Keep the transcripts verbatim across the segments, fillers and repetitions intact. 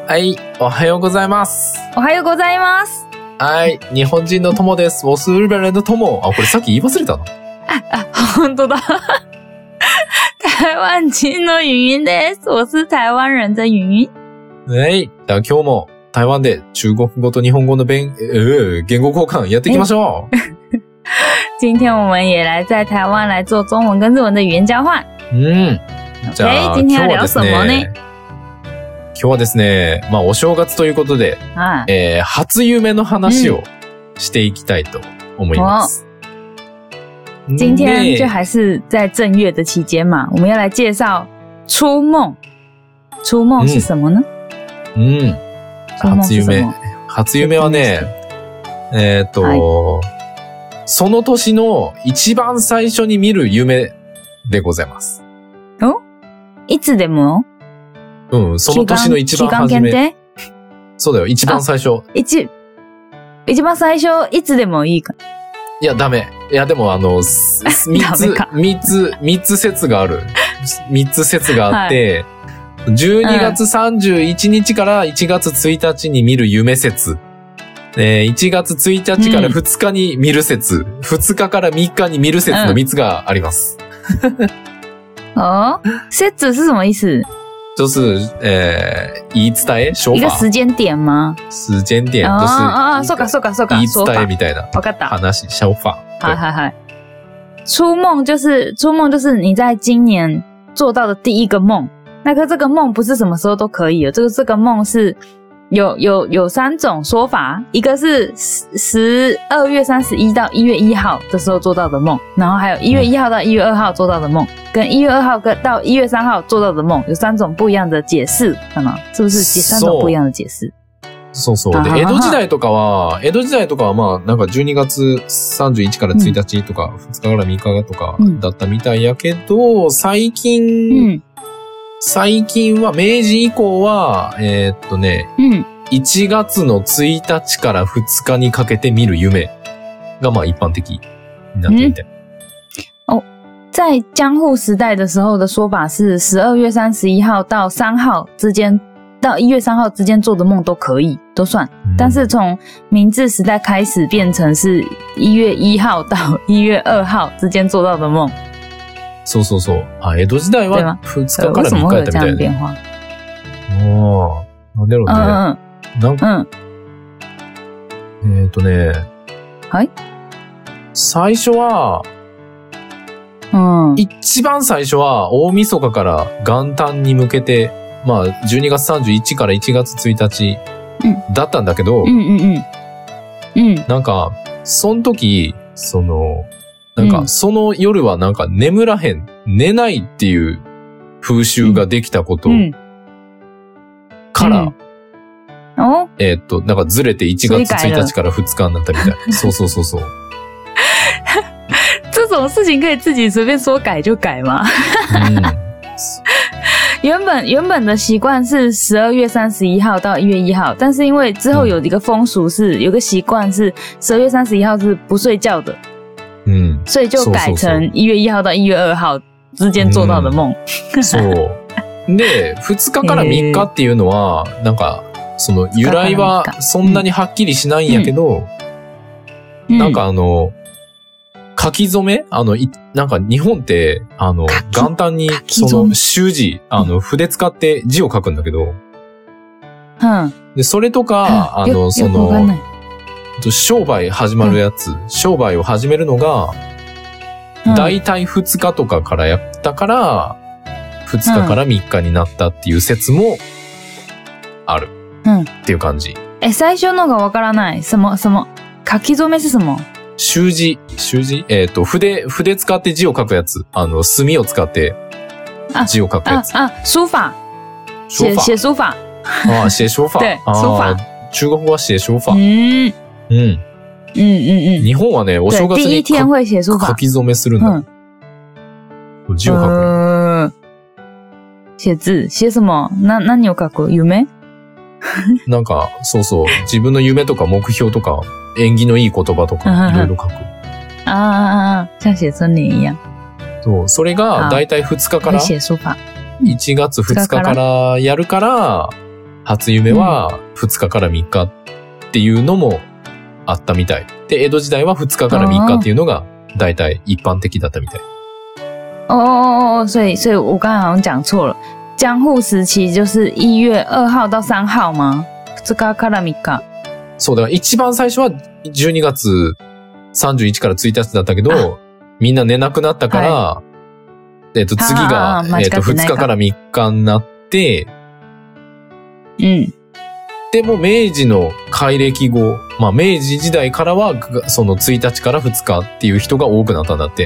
はい、おはようございます。 おはようございます。 はい、日本人の友です。我是日本人的友。あ、これさっき言い忘れたの？ あ、あ、本当だ。台湾人の云云です。我是台湾人的云云。 はい、では今日も台湾で中国語と日本語の勉、えー、言語交換やっていきましょう。 今天我们也来在台湾来做中文跟日文的语言交換。 うん。じゃあ、 今天要聊什么呢？ 今日はですね、まあお正月ということで、 啊えー、初夢の話をしていきたいと思います。 嗯、今天就还是在正月的期间嘛，我们要来介绍初夢。初夢是什么呢？ うん。初夢。初夢はね、えっと、はい、その年の一番最初に見る夢でございます。 お？いつでも？ うん、その年の一番初め。そうだよ、一番最初。 一、一番最初、いつでもいいか。 いや、ダメ。いや、でもあの、三つ、三つ、三つ説がある。三つ説があって、はい、じゅうにがつさんじゅういちにちからいちがつついたちに見る夢説。えー、いちがつついたちからふつかに見る説。うん、ふつかからみっかに見る説のみっつがあります。 うん、哦，説是什么意思？ 就是呃言い伝え说法。 一个時間點嗎？ 時間點就是。 ああ、そうかそうかそうか。 言い伝えみたいな。 わかった。 話说法。 はいはいはい。初夢就是初夢就是你在今年做到的第一个夢。那个这个夢不是什麼時候都可以的，這個這個夢是有有有三種說法，一個是十二月三十一到一月一號的時候做到的夢，然後還有一月一號到一月二號做到的夢，跟一月二號到一月三號做到的夢，有三種不一樣的解釋，かな？是不是三種不一樣的解釋？ そうそう。で、江戸時代とかは、江戸時代とかはまあ、なんかじゅうにがつさんじゅういちからついたちとか、ふつかからみっかとかだったみたいやけど、最近、うん最近は、明治以降は、えー、っとね、うん、いちがつのついたちからふつかにかけて見る夢がまあ一般的になっていて。 哦，在江户时代的时候的说法是十二月三十一号到三号之间，到一月三号之间做的梦都可以，都算。嗯、但是从明治时代开始变成是一月一号到一月二号之间做到的梦。 そうそうそう。あ、江戸時代はふつかからみっかやったみたいな。ああ、なんだろうね。うんうん、なんか、うん、えっとね。 はい。 最初は、 うん、 一番最初は大晦日から元旦に向けて、まあじゅうにがつさんじゅういちからいちがつついたちだったんだけど、 うんうんうんうん、 なんか、その時、その、なんか、その夜はなんか眠らへん、寝ないっていう風習ができたことから、 うんうん、 えー、っと、なんかずれていちがつついたちからふつかになったみたい。そうそうそうそう。 这种事情可以自己随便说改就改吗？嗯、原本原本的习惯是十二月三十一号到一月一号，但是因为之后有一个风俗是、嗯、有个习惯是十二月三十一号是不睡觉的。 嗯， 所以就改成一月一号到一月二号之間做到的夢。 うん、そう。で、ふつかからみっかっていうのは、なんか、その由来はそんなにはっきりしないんやけど、うん、なんかあの、書き初めあの、い、なんか日本って、あの、元旦に、その、習字、あの、筆使って字を書くんだけど、 うん。 で、それとか、あの、その、商売始まるやつ、うん、商売を始めるのが、だいたいふつかとかからやったから、ふつかからみっかになったっていう説もある。 うん。 っていう感じ。 え、最初のがわからない。その、その、書き初め是什么？ 習字、習字えっと、筆、筆使って字を書くやつ。あの、墨を使って字を書くやつ。 あ、あ、書法。写、写書法。 あ、写書法。 对、書法。 中国語は写書法。 うん。 うん。 うんうんうん。 日本はね、お正月に書き初めするんだ。うん、字を書く。 うん。写字、写什么？な、何を書く？夢？ なんか、そうそう。自分の夢とか目標とか、縁起のいい言葉とか、いろいろ書く。 ああ、像写真一样。 そう。それが、だいたいふつかから、いちがつふつかからやるから、 初夢はふつかからみっかっていうのもあったみたい。で、江戸時代はふつかからみっかっていうのが大体一般的だったみたい。 哦哦哦，所以所以我刚才好像讲错了，江户时期就是一月二号到三号吗？ふつかからみっか。 そうだから一番最初はじゅうにがつさんじゅういちからついたちだったけど、みんな寝なくなったから、はい、えっと次がえっとふつかからみっかになって、 うん。 でも明治の改暦後、まあ明治時代からはそのついたちからふつかっていう人が多くなったんだって。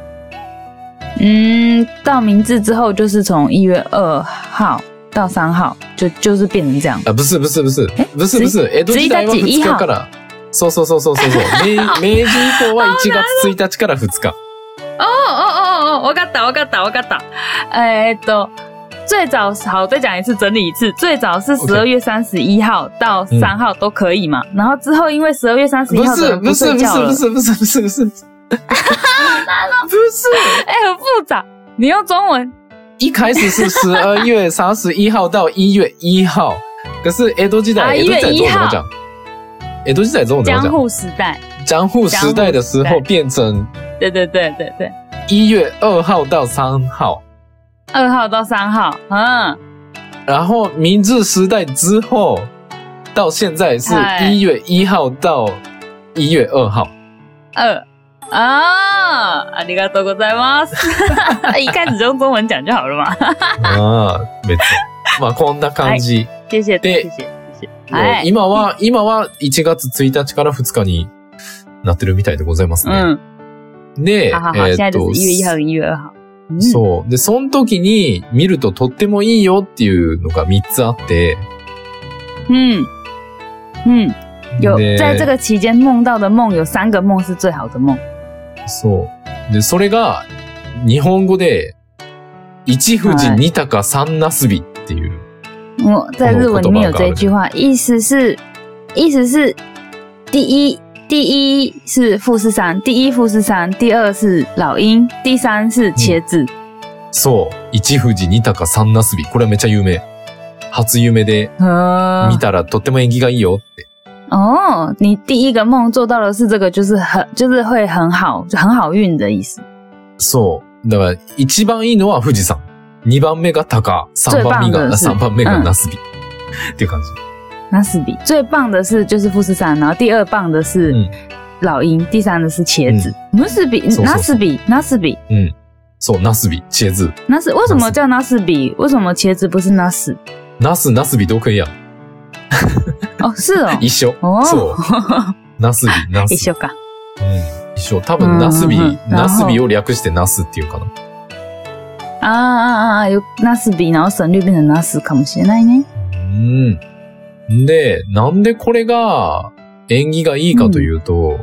嗯，到明治之后就是从一月二号到三号，就就是变成这样。 啊，不是不是不是不是不是，江戸時代はふつかから。そうそうそうそうそうそう。明明治以降はいちがつついたちからふつか。 哦哦哦哦，我got我got我got。えっと最早好再讲一次，整理一次。最早是十二月三十一号到三号都可以嘛，然后之后因为十二月三十一号的人不睡觉了。不是不是不是不是不是。好难哦！不是，哎、欸，很复杂。你用中文。 一开始是十二月三十一号到一月一号，可是江戸時代，江戸時代中文怎么讲？江戸時代中文怎么讲？ 江户时代。 江户时代的时候变成， 对对对对对， 一月二号到三号。 二号到三号，嗯。 然后明治时代之后，到现在是一月一号到一月二号。 二。啊，ありがとうございます。一开始就用中文讲就好了嘛。 ああ、別に。まあこんな感じ。 谢謝で、谢謝、谢謝。はい。 今は今はいちがつついたちからふつかになってるみたいでございますね。 うん。 で、 好好好、えー、現在就是一月一号跟一月二号。 うん、そう。で、その時に見るととってもいいよっていうのがみっつあって。 うん。うん。有在这个期間夢到的夢有三個夢是最好的夢。 そう。で、それが、日本語で、一富士二鷹三なすびっていう。 我在日文里面有这一句话，意思是，意思是，第一，第一是富士山，第一富士山，第二是老鹰，第三是茄子。うん、 そう。一富士二鷹三なすび。これめっちゃ有名。初夢で、見たらとっても縁起がいいよって。 哦，你第一个梦做到的是这个，就是很，就是会很好，就很好运的意思。 そう。だから、一番いいのは富士山。二番目が鷹。三番目が、三番目がナスビ。っていう感じ。 ナスビ。最棒的是就是富士山，然后第二棒的是老鹰，第三的是茄子。ナスビ、ナスビ、ナスビ。 嗯。そう、ナスビ、茄子。 ナス、为什么叫ナスビ？为什么茄子不是ナス？ ナス、ナスビ都可以啊。 哦，是哦。 一緒。そう。ナスビ、ナス。 一緒か。 うん。一緒。多分、ナスビ、ナスビを略してナスっていうかな。 ああ、ああ、有ナスビ、然后省略变成ナスかもしれないね。 うん。で、なんでこれが縁起がいいかというと、うん、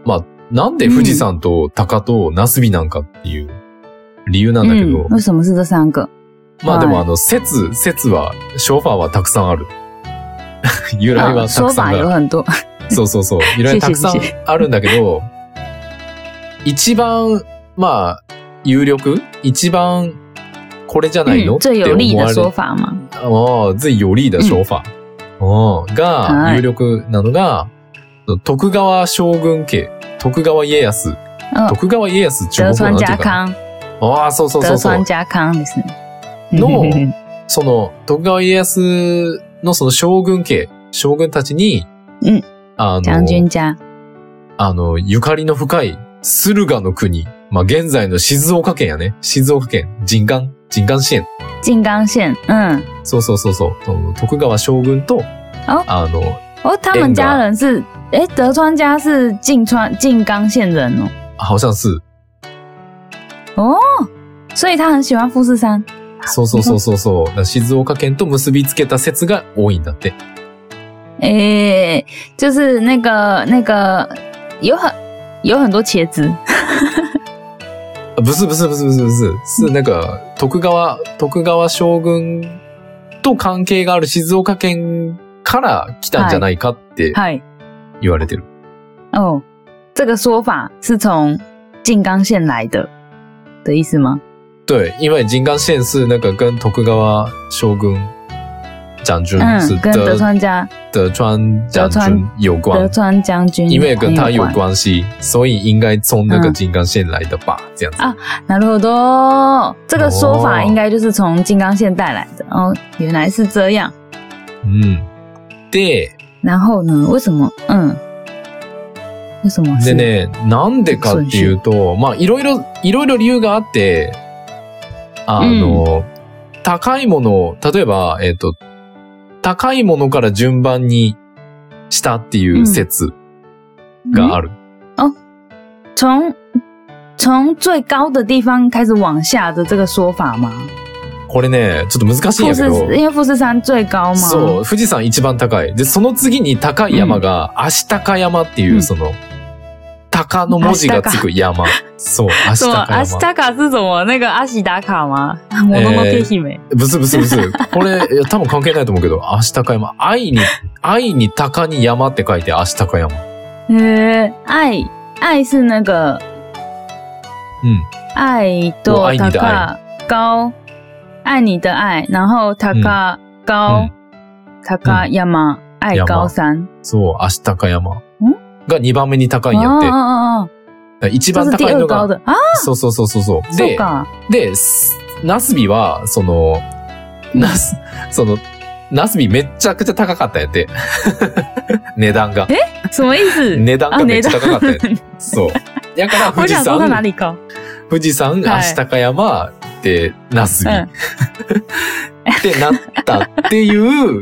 まあ、なんで富士山と鷹とナスビなんかっていう理由なんだけど。 うん、为什么是这三个？ まあでもあの、説、説は、ショーファーはたくさんある。由来はたくさんある。そうそうそう。由来たくさんあるんだけど、一番、まあ、有力一番、これじゃないの、 うん、最有利的说法吗？ 哦、最有利的说法。哦、うん、が、有力なのが、徳川将軍家、徳川家康。徳川家康中国語なんていうかな。ああ、そうそうそうそう。 德川家康ですね。 の、その、徳川家康のその将軍家、将軍たちに、 うん。 あの、 将軍家。 あの、ゆかりの深い駿河の国。まあ、現在の静岡県やね。静岡県、金剛、金剛县。 金剛县、うん。 そうそうそうそう。その徳川将軍と、あの、 哦，他们家人是，诶，德川家是静川、静冈县人哦。 好像是。 哦，所以他很喜欢富士山。 そうそうそうそうそう。静岡県と結びつけた説が多いんだって。 诶、欸，就是那个那个有很有很多茄子。 不是不是不是不是不是，是那个徳川徳川将軍と関係がある静岡県から来たんじゃないかって言われてる。 哦，这个说法是从静冈县来的的意思吗？ 对，因为金刚县是那个跟徳川将軍将军嗯， 是跟德川家德川将军有关， 德川将军因为跟他有关系，所以应该从那个金刚线来的吧，这样子啊。なるほど，这个说法应该就是从金刚线带来的哦。原来是这样。 嗯，で、 然后呢？为什么？嗯，为什么是？ でね、なんでかっていうと、まあいろいろいろいろ理由があって、あの、うん、高いものを例えばえっと。高いものから順番にしたっていう説がある。 嗯、哦，从从最高的地方开始往下的这个说法吗？ これね、ちょっと難しいんやけど。 因为富士山最高嘛。 そう、富士山一番高い。で、その次に高い山が、足高山っていう、その、高の文字がつく山。そう、足高山。 足高是什么？那个阿喜达卡吗？もののけ姫。 ブスブスブス。これ、多分関係ないと思うけど、足高山。愛に、愛に高に山って書いて足高山。 へー、愛、愛是那个、 うん。 愛と高、高、愛你的愛、然後高、高、高山、愛高山。 そう、足高山。がにばんめに高いんやって。 ああ一番高いのが、そうそうそうそうそう。で、で、ナスビは、その、ナス、その、ナスビめっちゃくちゃ高かったんやって。値段が。 え什么意思値段がめっちゃ高かったんやって。そう。だから富士山、富士山、足高山、で、ナスビ。ってなったっていう、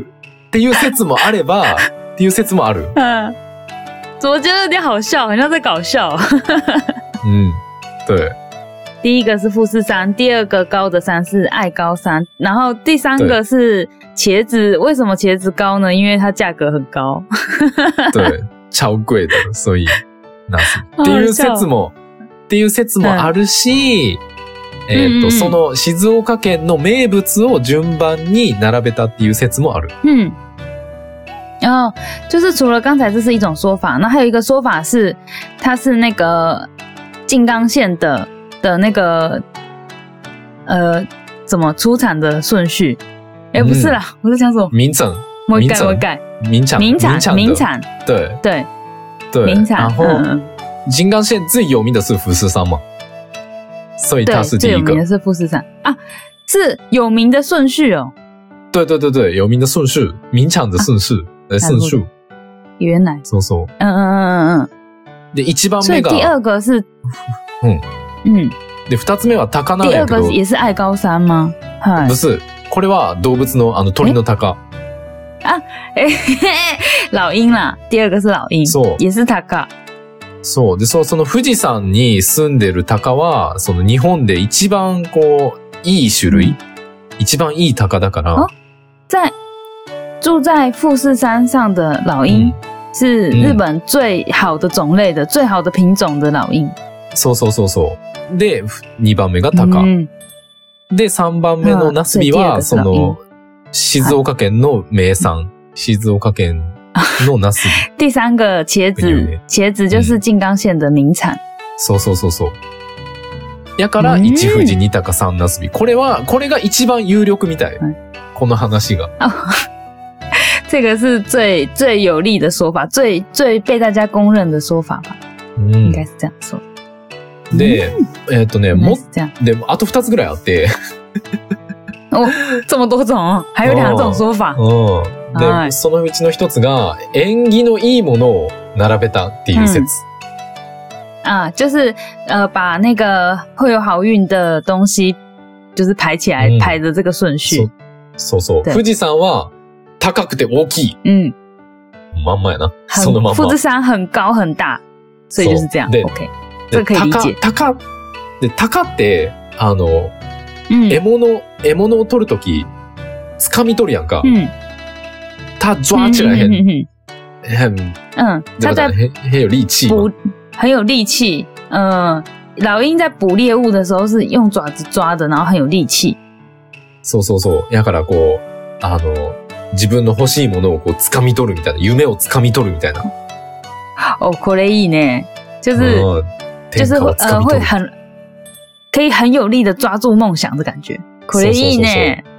っていう説もあれば、っていう説もある。 我觉得有点好笑，好像在搞笑。 嗯，对。 第一个是富士山，第二个高的山是爱高山，然后第三个是茄子。为什么茄子高呢？因为它价格很高。 对，超贵的，所以那是。っていう説も、っていう説もあるし、えっと、その静岡県の名物を順番に並べたっていう説もある。 嗯。哦，就是除了刚才这是一种说法，那还有一个说法是，它是那个金刚线的的那个呃怎么出产的顺序？哎、欸，不是啦，我在讲什么？ 名产， 我改我改， 名产， 名产，名产， 对对对， 名产。 然后、嗯、金刚线最有名的是富士山嘛，所以它是第一个。最有名的是富士山啊，是有名的顺序哦。 对对对对，有名的顺序，名产的顺序。啊顺序原来そうそう。 嗯嗯嗯嗯嗯。 で一番目が。 所以第二个是。 嗯嗯。 で二つ目は鷹なんやけど。 第二个也是愛高山吗？はい。 不是，これは動物のあの鳥の鷹。 啊，哎、欸，老鹰啦。第二个是老鹰。そう。也是鷹。 そうでそうその富士山に住んでる鷹はその日本で一番こういい種類、うん、一番いい鷹だから。 哦，在。住在富士山上的老鹰、嗯、是日本最好的種類的、嗯、最好的品種的老鷹。 そうそうそうそう。で、にばんめが鷹、うん。で、さんばんめのナスビは、その、静岡県の名産、はい、静岡県のナスビ。 第三个茄子，茄子就是金剛線的名產、うん。 そうそうそうそう。やから、一富士二鷹三ナスビ。これは、これが一番有力みたい。はい、この話が。 这个是最最有力的说法，最最被大家公认的说法吧。嗯，应该是这样说。 で、えっとね、もでもあと二つぐらいあって。 哦，这么多种，还有两种说法。 うん。で、そのうちの一つが縁起のいいものを並べたっていう説。 啊，就是呃，把那个会有好运的东西，就是排起来，排的这个順序。 そうそう。富士山は高くて大きい。 嗯， まんまやな。そのまんま。 富士山很高很大，所以就是这样。OK， 这个可以理解。 高、で、高って、あの、うん、獲物、獲物を取るとき、掴み取るやんか。うん。他抓起来很、很、 嗯，他在很很有力气。 捕，很有力气。嗯，老鹰在捕猎物的时候是用爪子抓的，然后很有力气。 そうそうそう。やからこう、あの、自分の欲しいものをこう掴み取るみたいな、夢を掴み取るみたいな。 哦，これいいね。就是、嗯、就是呃会很可以很有力的抓住梦想的感觉。これいいね。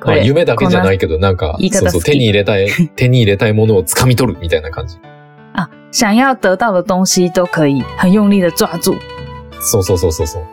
まあ夢だけじゃないけど、なんか、そうそう、手に入れたい、手に入れたいものを掴み取るみたいな感じ。 啊，想要得到的东西都可以很用力的抓住。 そうそうそうそうそう。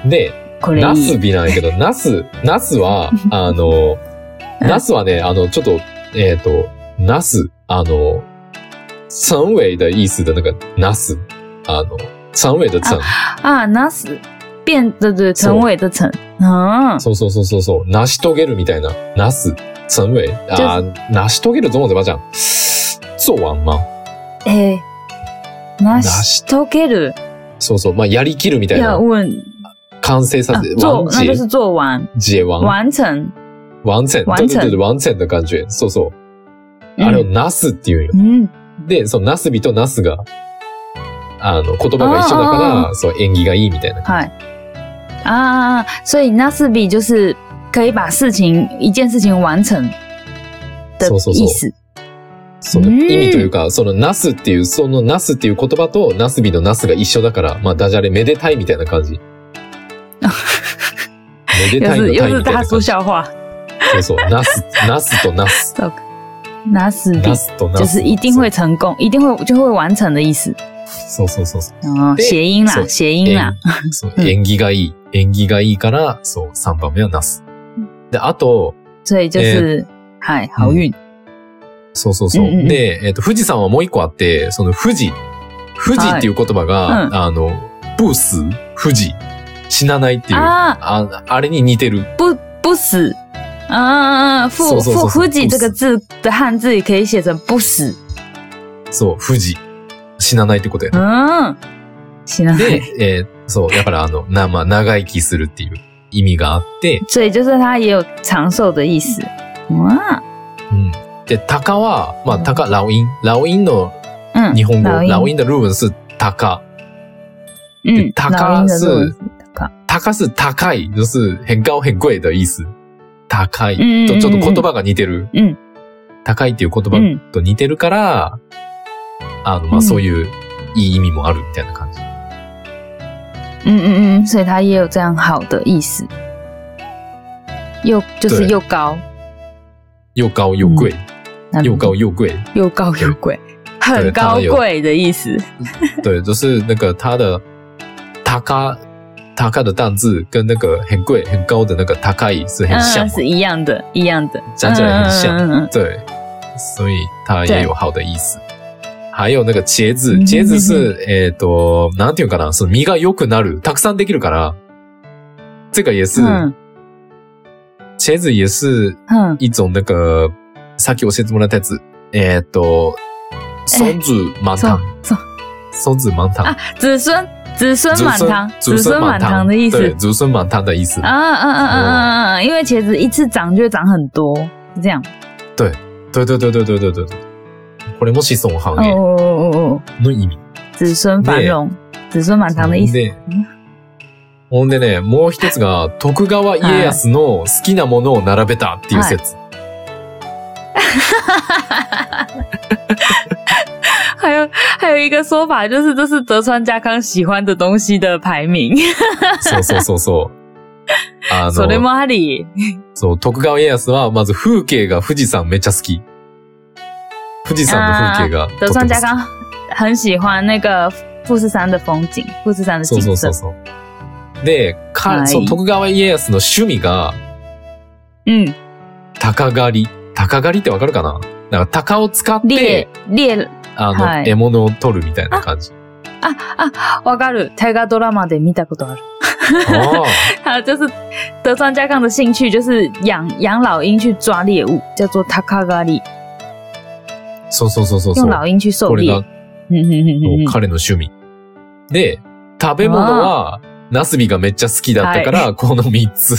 で、ナスビなんやけど、ナス、ナスは、あの、ナスはね、あの、ちょっと、えっと、ナス、あの、成尾的意思的那个ナス、あの、成尾的成。 あ、ナス。变对对成尾的成。嗯。 そうそうそうそうそう。成し遂げるみたいな。ナス、成尾。あ、成し遂げる中文怎么讲？做完吗？ えー、成し遂げる。 そうそう。まあ、やりきるみたいな。 要问。 完成させ、 做，那就是做完。 解完。 完成。 完成。 完成。 对对对、完成的感觉。そうそう。あれをナスって言うよ。 うん。 で、そのナスビとナスが、あの、言葉が一緒だから、そう、縁起がいいみたいな。 はい。啊，所以ナスビ就是可以把事情一件事情完成的意思。 その意味というか、そのナスっていう、そのナスっていう言葉とナスビのナスが一緒だから、まあ、ダジャレめでたいみたいな感じ。めでたいのタイみたいな感じ。そうそう、ナス、ナスとナス。 ナスビ。 ナスとナス。 就是一定会成功，一定会就会完成的意思。 そうそうそうそう。 哦，谐音啦，谐音啦。 そう、縁起がいい。縁起がいいから、そう、三番目はナス。で、あと、 所以就是、はい、好運。 そうそうそう。で、えっと、富士山はもう一個あって、その富士、富士っていう言葉が、あの、不死、富士、死なないっていう、ああれに似てる。 不、不死。啊，富富富士这个字的汉字也可以写成不死。 そう、富士。死なないってことやね。 うん。死なない。 で、えー、そう、だからあの、な、まあ、長生きするっていう意味があって。 所以就是它也有長壽的意思。哇。 うん。で、鷹は、まあ、鷹、老鷹。老鷹の日本語、老鷹的日文是鷹。 嗯。 鷹是、鷹是高い、就是很高很貴的意思。高いとちょっと言葉が似てる。 うん。 高いっていう言葉と似てるから、あの、まあ、そういういい意味もあるみたいな感じ。 嗯嗯嗯，所以它也有这样好的意思。又就是又高， 又高又贵，又高又贵， 又高又贵，很高贵的意思。 对，就是那个它的高高的单字跟那个很贵很高的那个高い是很像， 是一样的，一样的， 讲起来很像。对，所以它也有好的意思。还有那个茄子，茄子是えっとなんていうかな、その実が良くなる、たくさんできるから、这个也是，茄子也是一种那个さっき教えてもらったやつ、えっと孫子满堂，孫子满堂啊，子孙子孙满堂，子孙满堂的意思， 对，子孙满堂的意思。 啊啊啊啊啊啊！因为茄子一次长就会长很多，是这样。 对，对对对对对对对对。これも子孫繁栄の意味。 子孫繁榮。子孫満堂の意思。 で、ほんでね、もう一つが、徳川家康の好きなものを並べたっていう説。 还有还有一个说法，就是这是德川家康喜欢的东西的排名。 そうそうそうそう。 あの、それもあり。 そう、徳川家康はまず風景が富士山めっちゃ好き。富士山的風景が、 德川家康很喜欢那个富士山的風景、富士山的景色。 そうそうそうそう。で、か、そう、徳川家康の趣味が、 うん。 鷹狩り。鷹狩りってわかるかな？なんか鷹を使って、 猎、 あの、はい、獲物を取るみたいな感じ。 あ、あ、わかる。大河ドラマで見たことある。还有就是德川家康的兴趣就是养养老鹰去抓猎物，叫做鷹狩り。 そうそうそうそう。 用老鹰去狩猎。 これが彼の趣味。で、食べ物は、ナスビがめっちゃ好きだったから、この三つ。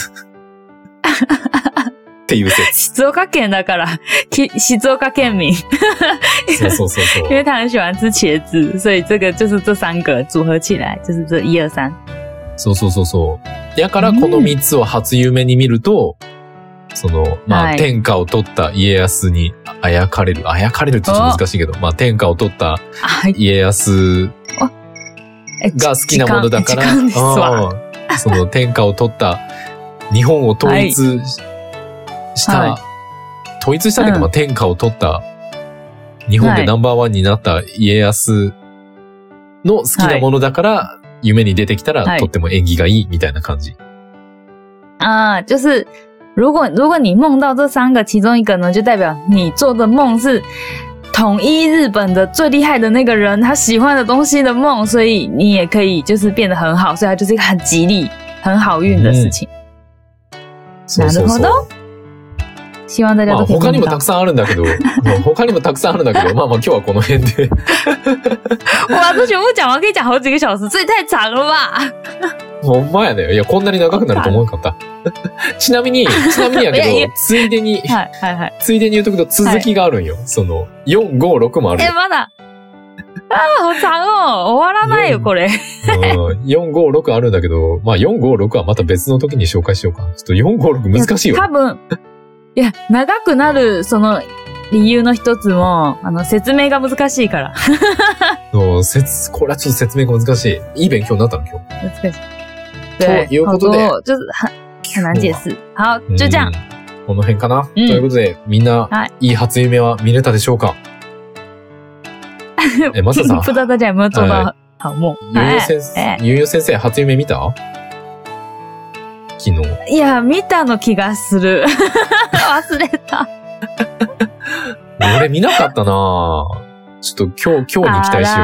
っていう説。 静岡県だから、静岡県民。 そうそうそうそう。 因为他很喜欢吃茄子，所以这个就是这三个组合起来，就是这一二三。 そうそうそうそう。やからこの三つを初夢に見ると、その、まあ、天下を取った家康にあやかれる。あやかれるってちょっと難しいけど、まあ、天下を取った家康が好きなものだから、その天下を取った日本を統一した、はい、統一したというか、まあ、天下を取った、日本でナンバーワンになった家康の好きなものだから、はい、夢に出てきたら、はい、とっても縁起がいいみたいな感じ。 啊，就是如果如果你梦到这三个其中一个呢，就代表你做的梦是统一日本的最厉害的那个人他喜欢的东西的梦，所以你也可以就是变得很好，所以它就是一个很吉利、很好运的事情。 なるほど。 希望大家都可以。 他にもたくさんあるんだけど、他にもたくさんあるんだけど、まあまあ今日はこの辺で。 我把这全部讲完可以讲好几个小时，这也太长了吧。 ほんまやね。いや、こんなに長くなると思わなかった。ちなみに、ちなみにやけど、ついでに、 はいはいはい、 ついでに言うとくと続きがあるんよ。はい、その、よん、ご、ろくもあるよ。 え、まだ。ああ、好長哦。終わらないよ、これ。 うん、よん、ご、ろくあるんだけど、まあよん、ご、ろくはまた別の時に紹介しようか。ちょっとよん、ご、ろく難しいよ。 多分、いや、長くなる、その、理由の一つも、あの、説明が難しいから。 そう、説、これはちょっと説明が難しい。いい勉強になったの、今日。 難しい。对， ということで。 就是很、很難解釋。好、就這樣。 この辺かな、うん、ということで、みんな、いい初夢は見れたでしょうか？え、マサさん。 不知道大家有沒有做到好夢？ ゆうゆう先生、ゆうゆう先生、初夢見た？昨日。 いや、見たの気がする。忘れた。 俺見なかったなぁ。ちょっと今日、今日に期待しよ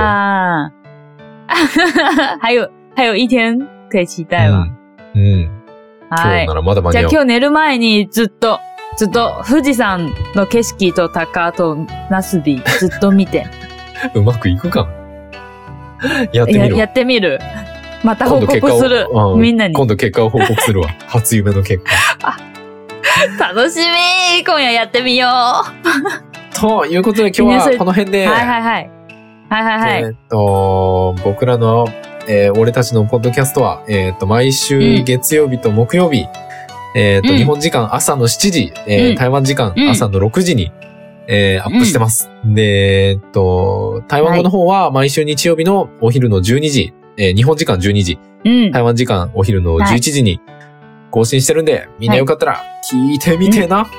う。还有、还有一天可以期待吗？ うん。うん。今日ならまだ間に合う。 じゃあ今日寝る前にずっと、ずっと富士山の景色と鷹とナスビずっと見て。 うまくいくかやってみる。 や、やってみる。また報告する。みんなに。 今度結果を報告するわ。初夢の結果。 楽しみ。今夜やってみよう。 ということで今日はこの辺で。 はいはいはい。はいはいはい。 えー、っと、僕らの、えー、俺たちのポッドキャストは、えー、っと、毎週月曜日と木曜日、うん、えー、っと、うん、日本時間朝のしちじ、えーうん、台湾時間朝のろくじに、えー、アップしてます。うん、で、えー、っと、台湾語の方は毎週日曜日のお昼のじゅうにじ、えー、日本時間じゅうにじ、うん、台湾時間お昼のじゅういちじに更新してるんで、みんなよかったら聞いてみてな。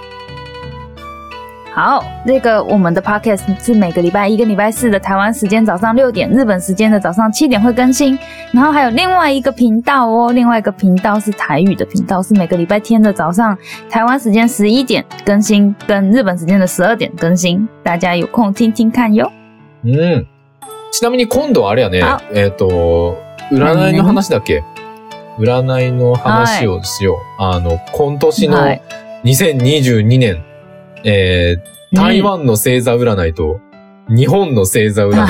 好，这个我们的 podcast 是每个礼拜一跟礼拜四的台湾时间早上六点，日本时间的早上七点会更新。然后还有另外一个频道哦，另外一个频道是台语的频道，是每个礼拜天的早上台湾时间十一点更新，跟日本时间的十二点更新。大家有空听听看哟。 うん。ちなみに今度あれやね、えっと、占いの話だっけ？占いの話をしよう。はい、あの、今年のにせんにじゅうにねん、はい、えー、台湾の星座占いと日本の星座占い、はい、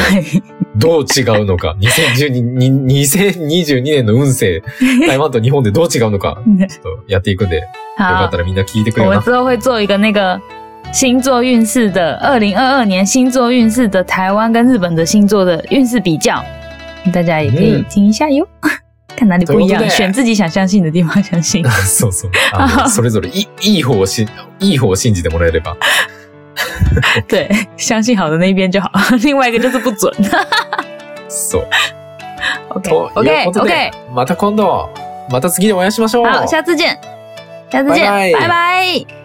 どう違うのか、にせんにじゅうにねんの運勢、台湾と日本でどう違うのか、ちょっとやっていくんで、よかったらみんな聞いてくれよな。 我们之后会做一个那个星座运势的二零二二年星座运势的台湾跟日本的星座的运势比较，大家也可以听一下哟。嗯看哪里不一样，选自己想相信的地方相信。 そうそう。あのそれぞれいいい方をしいい方を信じてもらえれば。 对，相信好的那一边就好，另外一个就是不准。 そう。 OK OK OK。 また今度、また次でお会いしましょう。 好，下次见。下次见，拜拜。